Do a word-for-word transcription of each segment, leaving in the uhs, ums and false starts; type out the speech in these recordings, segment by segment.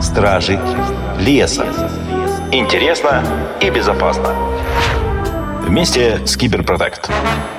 Стражи леса. Интересно и безопасно. Вместе с Киберпротект.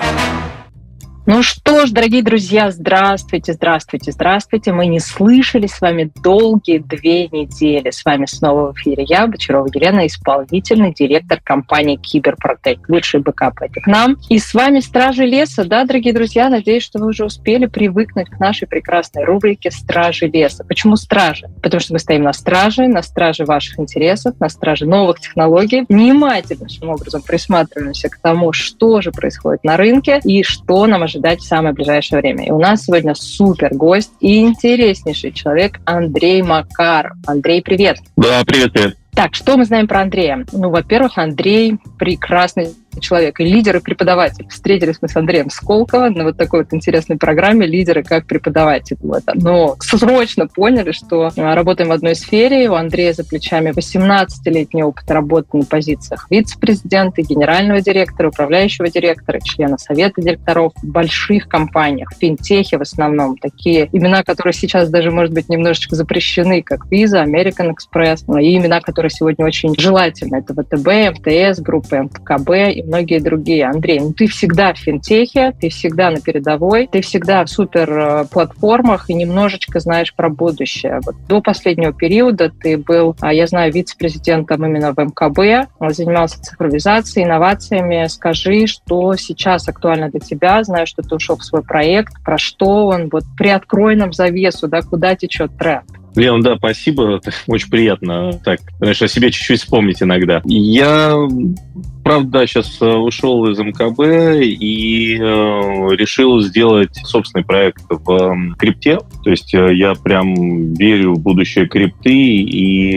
Ну что ж, дорогие друзья, здравствуйте, здравствуйте, здравствуйте. Мы не слышались с вами долгие две недели. С вами снова в эфире я, Бочарова Елена, исполнительный директор компании Киберпротект. Лучший бэкап — это к нам. И с вами Стражи леса, да, дорогие друзья? Надеюсь, что вы уже успели привыкнуть к нашей прекрасной рубрике «Стражи леса». Почему стражи? Потому что мы стоим на страже, на страже ваших интересов, на страже новых технологий. Внимательнейшим образом присматриваемся к тому, что же происходит на рынке и что нам ожидать в самое ближайшее время. И у нас сегодня супер гость и интереснейший человек Андрей Макаров. Андрей, привет! Да, привет, привет. Так, что мы знаем про Андрея? Ну, во-первых, Андрей прекрасный человек и лидер, и преподаватель. Встретились мы с Андреем Сколково на вот такой вот интересной программе «Лидеры как преподаватель». Вот. Но срочно поняли, что работаем в одной сфере. У Андрея за плечами восемнадцатилетний опыт работы на позициях вице-президента, генерального директора, управляющего директора, члена совета директоров в больших компаниях, в финтехе в основном. Такие имена, которые сейчас даже, может быть, немножечко запрещены, как Visa, American Express, и имена, которые сегодня очень желательны. Это ВТБ, МТС, группа МКБ и многие другие. Андрей, ну ты всегда в финтехе, ты всегда на передовой, ты всегда в супер платформах и немножечко знаешь про будущее. Вот до последнего периода ты был, я знаю, вице-президентом именно в МКБ, занимался цифровизацией, инновациями. Скажи, что сейчас актуально для тебя. Знаю, что ты ушел в свой проект. Про что он? Вот приоткрой нам завесу, да, куда течет тренд. Лен, да, спасибо. Очень приятно так, знаешь, о себе чуть-чуть вспомнить иногда. Я, правда, да, сейчас ушел из МКБ и э, решил сделать собственный проект в э, крипте. То есть э, я прям верю в будущее крипты и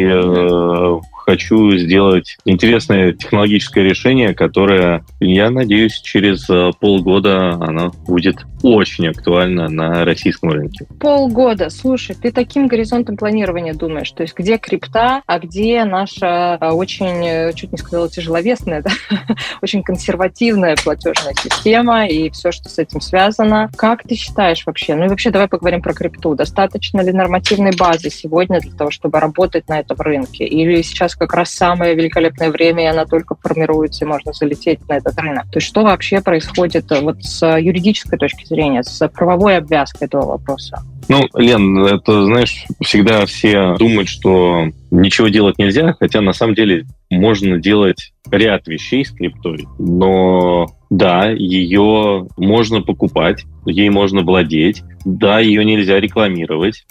э, хочу сделать интересное технологическое решение, которое, я надеюсь, через полгода оно будет очень актуально на российском рынке. Полгода. Слушай, ты таким горизонтом планирования думаешь, то есть где крипта, а где наша очень, чуть не сказала, тяжеловесная, да? очень консервативная платежная система и все, что с этим связано. Как ты считаешь вообще? Ну и вообще давай поговорим про крипту. Достаточно ли нормативной базы сегодня для того, чтобы работать на этом рынке? Или сейчас как раз самое великолепное время, и она только формируется, и можно залететь на этот рынок? То есть что вообще происходит вот с юридической точки зрения, с правовой обвязкой этого вопроса? Ну, Лен, это, знаешь, всегда все думают, что ничего делать нельзя, хотя на самом деле можно делать ряд вещей с криптой, но да, ее можно покупать, ей можно владеть, да, ее нельзя рекламировать,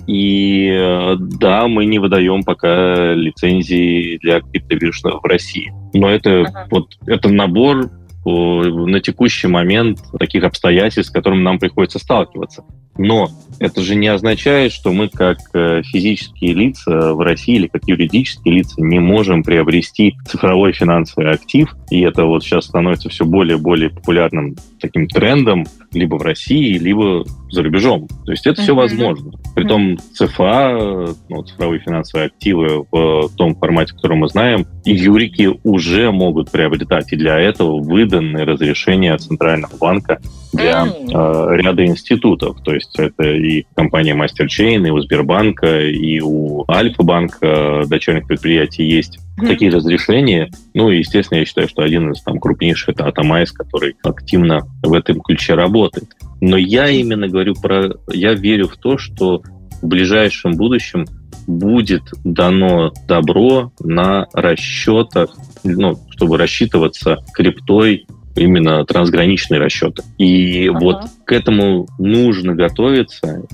и да, мы не выдаем пока лицензии для криптобирж в России. Но это, ага. вот, это набор на текущий момент таких обстоятельств, с которыми нам приходится сталкиваться. Но это же не означает, что мы как физические лица в России или как юридические лица не можем приобрести цифровой финансовый актив, и это вот сейчас становится все более и более популярным таким трендом либо в России, либо за рубежом. То есть это mm-hmm. все возможно. Притом ЦФА, ну, цифровые финансовые активы в том формате, который мы знаем, и юрики уже могут приобретать, и для этого выданы разрешения от Центрального банка для mm-hmm. э, ряда институтов. То есть это и компания MasterChain, и у Сбербанка, и у Альфа-банка дочерних предприятий есть mm-hmm. такие разрешения. Ну и, естественно, я считаю, что один из там крупнейших — это Атомайс, который активно в этом ключе работает. Но я именно говорю про... Я верю в то, что в ближайшем будущем будет дано добро на расчетах, ну, чтобы рассчитываться криптой, именно трансграничные расчеты. И ага. вот к этому нужно готовиться.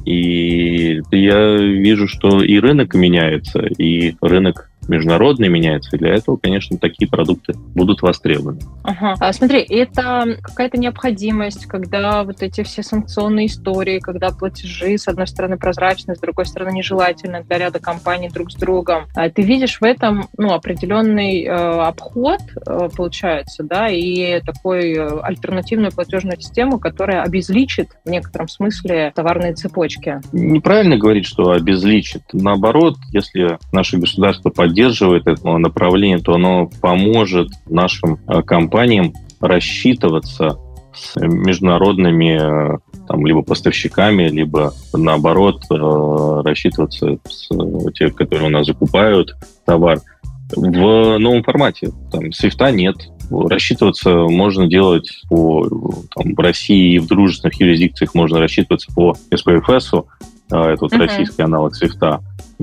И я вижу, что и рынок меняется, и рынок международный меняется, и для этого, конечно, такие продукты будут востребованы. Ага. А, смотри, это какая-то необходимость, когда вот эти все санкционные истории, когда платежи, с одной стороны, прозрачны, с другой стороны, нежелательны для ряда компаний друг с другом. А ты видишь в этом, ну, определенный э, обход, э, получается, да, и такой э, альтернативную платежную систему, которая обезличит в некотором смысле товарные цепочки? Неправильно говорить, что обезличит. Наоборот, если наше государство поддерживает поддерживает это направление, то оно поможет нашим компаниям рассчитываться с международными там, либо поставщиками, либо, наоборот, рассчитываться с теми, которые у нас закупают товар в новом формате. Там свифта нет. Рассчитываться можно делать по там, в России и в дружественных юрисдикциях можно рассчитываться по эс пэ эф эс, это вот uh-huh. российский аналог свифта,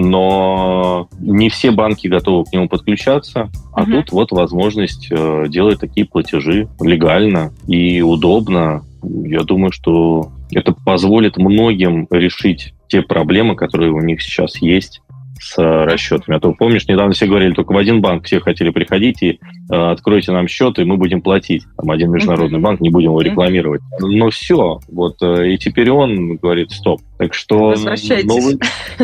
но не все банки готовы к нему подключаться, а uh-huh. тут вот возможность делать такие платежи легально и удобно. Я думаю, что это позволит многим решить те проблемы, которые у них сейчас есть с расчетами. А то, помнишь, недавно все говорили, только в один банк все хотели приходить и э, откройте нам счет, и мы будем платить. Там один международный mm-hmm. банк, не будем его рекламировать. Но все. Вот, э, и теперь он говорит, стоп. Так что... Возвращайтесь. Новый...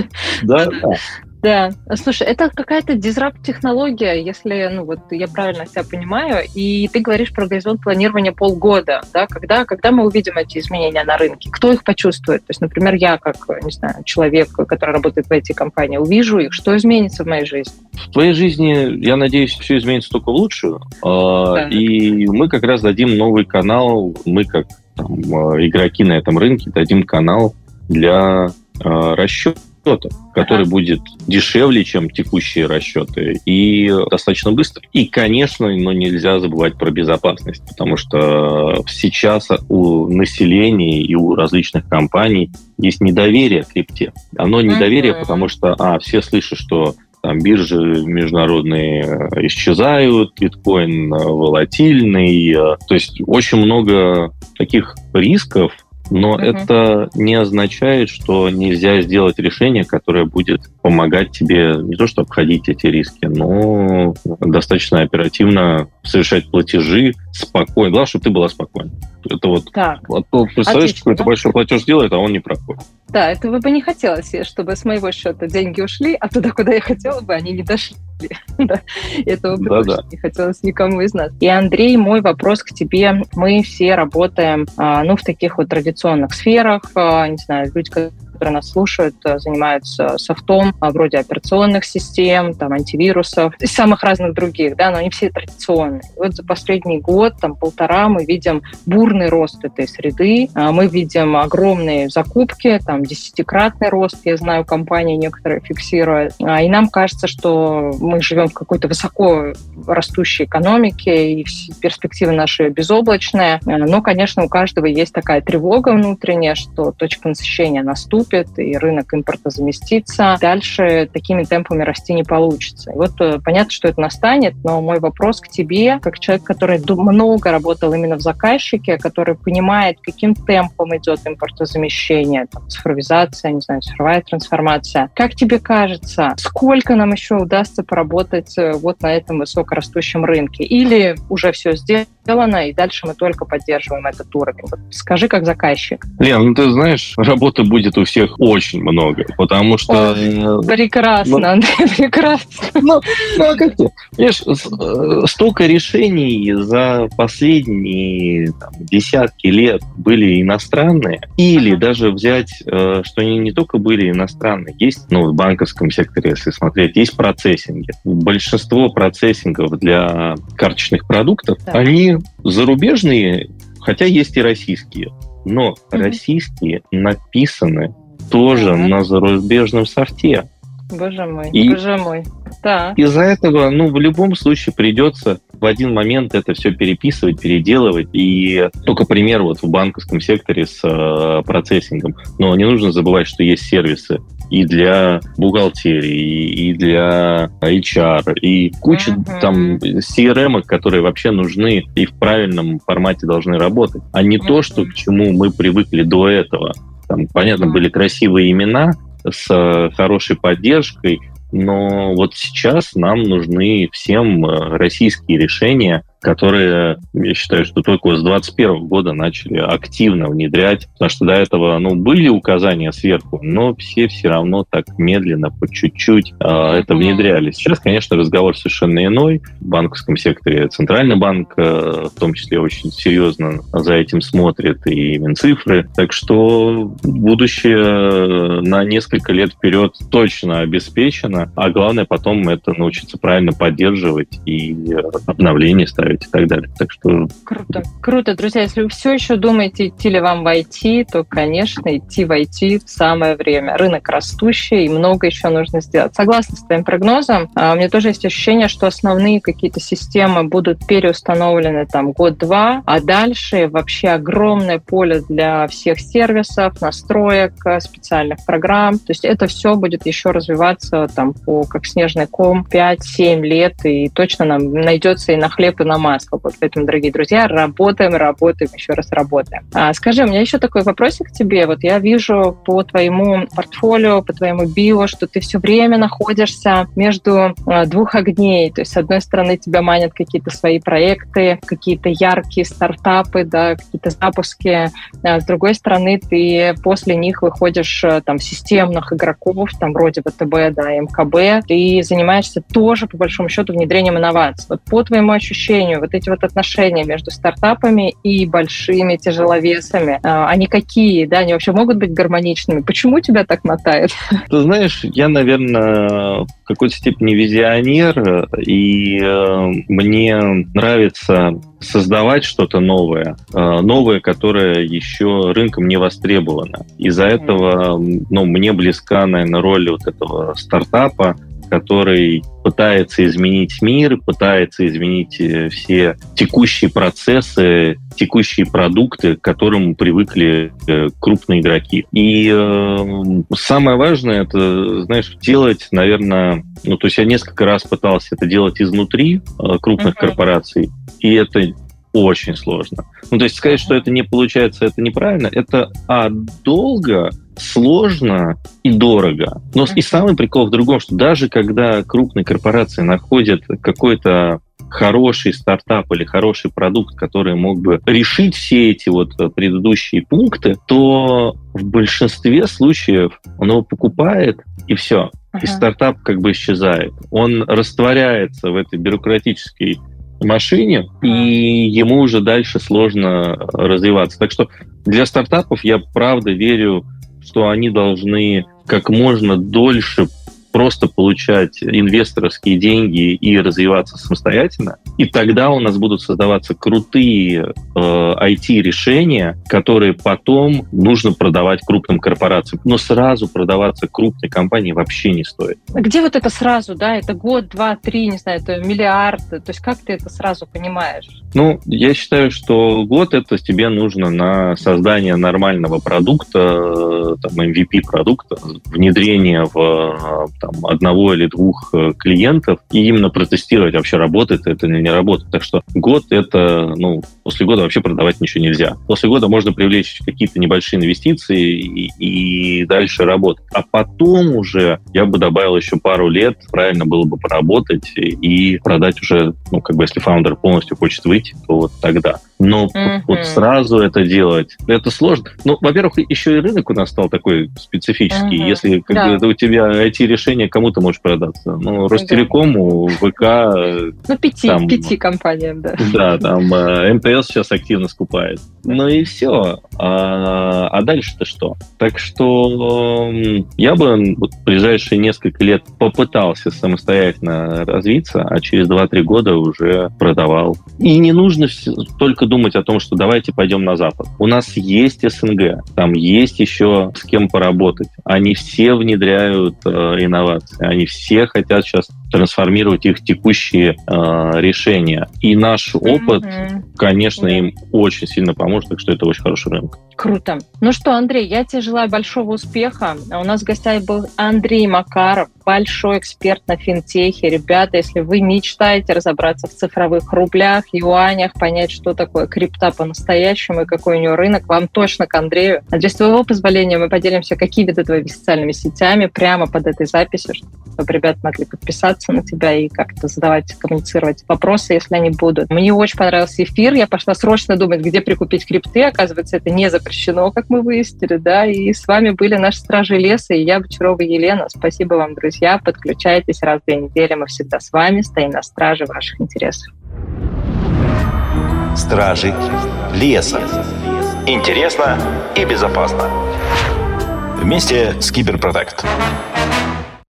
Да, да. Да, слушай, это какая-то дизрапт-технология, если, ну вот, я правильно тебя понимаю, и ты говоришь про горизонт планирования полгода, да, когда, когда мы увидим эти изменения на рынке, кто их почувствует? То есть, например, я, как, не знаю, человек, который работает в ай ти-компании, увижу их, что изменится в моей жизни? В твоей жизни, я надеюсь, все изменится только в лучшую, да. И мы как раз дадим новый канал, мы как там, игроки на этом рынке дадим канал для э, расчета, который ага. будет дешевле, чем текущие расчеты, и достаточно быстро. И, конечно, но нельзя забывать про безопасность, потому что сейчас у населения и у различных компаний есть недоверие к крипте. Оно недоверие, ага. потому что а, все слышат, что там биржи международные исчезают, биткоин волатильный. То есть очень много таких рисков, но uh-huh. это не означает, что нельзя сделать решение, которое будет помогать тебе не то что обходить эти риски, но достаточно оперативно совершать платежи спокойно. Главное, чтобы ты была спокойна. Это вот, вот представляешь, Отлично, какой-то да? большой платеж делает, а он не проходит. Да, этого бы не хотелось, чтобы с моего счета деньги ушли, а туда, куда я хотела бы, они не дошли. Да. Этого бы да, да. не хотелось никому из нас. И, Андрей, мой вопрос к тебе. Мы все работаем ну, в таких вот традиционных сферах, не знаю, люди, которые нас слушают, занимаются софтом, вроде операционных систем, там, антивирусов, и самых разных других, да, но они все традиционные. И вот за последний год, там, полтора, мы видим бурный рост этой среды, мы видим огромные закупки, там, десятикратный рост, я знаю, компании некоторые фиксируют, и нам кажется, что мы живем в какой-то высоко растущей экономике, и перспективы наши безоблачные, но, конечно, у каждого есть такая тревога внутренняя, что точка насыщения наступит, и рынок импорта заместится. Дальше такими темпами расти не получится. И вот понятно, что это настанет, но мой вопрос к тебе, как человек, который много работал именно в заказчике, который понимает, каким темпом идет импортозамещение, там, цифровизация, не знаю, цифровая трансформация. Как тебе кажется, сколько нам еще удастся поработать вот на этом высокорастущем рынке? Или уже все сделано, и дальше мы только поддерживаем этот уровень? Вот скажи, как заказчик. Лен, ну ты знаешь, работы будет у всех очень много, потому что... О, прекрасно, ну, Андрей, прекрасно. Ну, ну а как ты? Понимаешь, столько решений за последние там, десятки лет были иностранные, или даже взять, что они не только были иностранные, есть, ну, в банковском секторе, если смотреть, есть процессинги. Большинство процессингов для карточных продуктов, да. они зарубежные, хотя есть и российские, но mm-hmm. российские написаны тоже mm-hmm. на зарубежном софте. Боже мой, и боже мой. Да. Из-за этого, ну, в любом случае придется в один момент это все переписывать, переделывать. И только пример вот в банковском секторе с э, процессингом. Но не нужно забывать, что есть сервисы и для бухгалтерии, и для эйч ар, и куча uh-huh. там си эр эм, которые вообще нужны и в правильном формате должны работать, а не uh-huh. то, что, к чему мы привыкли до этого. Там, понятно, uh-huh. были красивые имена с хорошей поддержкой, но вот сейчас нам нужны всем российские решения, которые, я считаю, что только с двадцать первого года начали активно внедрять, потому что до этого, ну, были указания сверху, но все все равно так медленно, по чуть-чуть э, это внедряли. Сейчас, конечно, разговор совершенно иной. В банковском секторе Центральный банк, э, в том числе, очень серьезно за этим смотрит, и Минцифры. Так что будущее на несколько лет вперед точно обеспечено, а главное потом это научиться правильно поддерживать и обновление ставить. строить и так далее. Так что... Круто. Круто, друзья. Если вы все еще думаете, идти ли вам в ай ти, то, конечно, идти в ай ти в самое время. Рынок растущий, и много еще нужно сделать. Согласна с твоим прогнозом. У меня тоже есть ощущение, что основные какие-то системы будут переустановлены там год-два, а дальше вообще огромное поле для всех сервисов, настроек, специальных программ. То есть это все будет еще развиваться там по как снежный ком пять-семь лет, и точно нам найдется и на хлеб, и на масло. Вот поэтому, дорогие друзья, работаем, работаем, еще раз работаем. А, скажи, у меня еще такой вопросик к тебе. Вот я вижу по твоему портфолио, по твоему био, что ты все время находишься между а, двух огней. То есть, с одной стороны, тебя манят какие-то свои проекты, какие-то яркие стартапы, да, какие-то запуски. А с другой стороны, ты после них выходишь там системных игроков, там вроде ВТБ, да, эм ка бэ, ты занимаешься тоже, по большому счету, внедрением инноваций. Вот по твоему ощущению, вот эти вот отношения между стартапами и большими тяжеловесами, они какие, да, они вообще могут быть гармоничными? Почему тебя так мотает? Ты знаешь, я, наверное, в какой-то степени визионер, и э, мне нравится создавать что-то новое, э, новое, которое еще рынком не востребовано. Из-за этого, ну, мне близка, наверное, роль вот этого стартапа, который пытается изменить мир, пытается изменить все текущие процессы, текущие продукты, к которым привыкли э, крупные игроки. И э, самое важное, это, знаешь, делать, наверное, ну, то есть я несколько раз пытался это делать изнутри э, крупных uh-huh. корпораций, и это очень сложно. Ну, то есть сказать, что это не получается, это неправильно, это а, долго, сложно и дорого. Но и самый прикол в другом, что даже когда крупные корпорации находят какой-то хороший стартап или хороший продукт, который мог бы решить все эти вот предыдущие пункты, то в большинстве случаев он его покупает, и все. И стартап как бы исчезает. Он растворяется в этой бюрократической машине, и ему уже дальше сложно развиваться. Так что для стартапов я правда верю, что они должны как можно дольше просто получать инвесторовские деньги и развиваться самостоятельно. И тогда у нас будут создаваться крутые э, ай ти-решения, которые потом нужно продавать крупным корпорациям. Но сразу продаваться крупной компании вообще не стоит. Где вот это сразу, да? Это год, два, три, не знаю, это миллиард. То есть как ты это сразу понимаешь? Ну, я считаю, что год это тебе нужно на создание нормального продукта, там, эм ви пи-продукта, внедрение в там, одного или двух клиентов и именно протестировать, вообще работает это или не работает. Так что год это, ну, после года вообще продавать ничего нельзя. После года можно привлечь какие-то небольшие инвестиции и, и дальше работать. А потом уже я бы добавил еще пару лет, правильно было бы поработать и продать уже, ну, как бы если фаундер полностью хочет выйти, то вот тогда. Но mm-hmm. вот сразу это делать, это сложно. Ну, во-первых, еще и рынок у нас стал такой специфический. Mm-hmm. Если как да. бы, у тебя ай ти-решение, кому ты можешь продаться? Ну, Ростелекому, да. ВК... Ну, пяти, там, пяти компаниям, да. Да, там эм тэ эс сейчас активно скупает. Ну и все. А, а дальше-то что? Так что я бы вот, в ближайшие несколько лет попытался самостоятельно развиться, а через два-три года уже продавал. И не нужно только думать о том, что давайте пойдем на Запад. У нас есть эс эн гэ, там есть еще с кем поработать. Они все внедряют э, инновации, они все хотят сейчас трансформировать их текущие э, решения. И наш опыт, mm-hmm. конечно, mm-hmm. им очень сильно поможет, так что это очень хороший рынок. Круто. Ну что, Андрей, я тебе желаю большого успеха. У нас в гостях был Андрей Макаров, большой эксперт на финтехе. Ребята, если вы мечтаете разобраться в цифровых рублях, юанях, понять, что такое крипта по-настоящему и какой у нее рынок, вам точно к Андрею. Андрей, с твоего позволения мы поделимся какими-то твоими социальными сетями прямо под этой записью, чтобы ребята могли подписаться на тебя и как-то задавать, коммуницировать вопросы, если они будут. Мне очень понравился эфир. Я пошла срочно думать, где прикупить крипты. Оказывается, это не запрещено, как мы выяснили, да. И с вами были наши стражи леса, и я, Бочарова Елена. Спасибо вам, друзья. Подключайтесь раз в две недели. Мы всегда с вами стоим на страже ваших интересов. Стражи леса. Интересно и безопасно. Вместе с Киберпротект.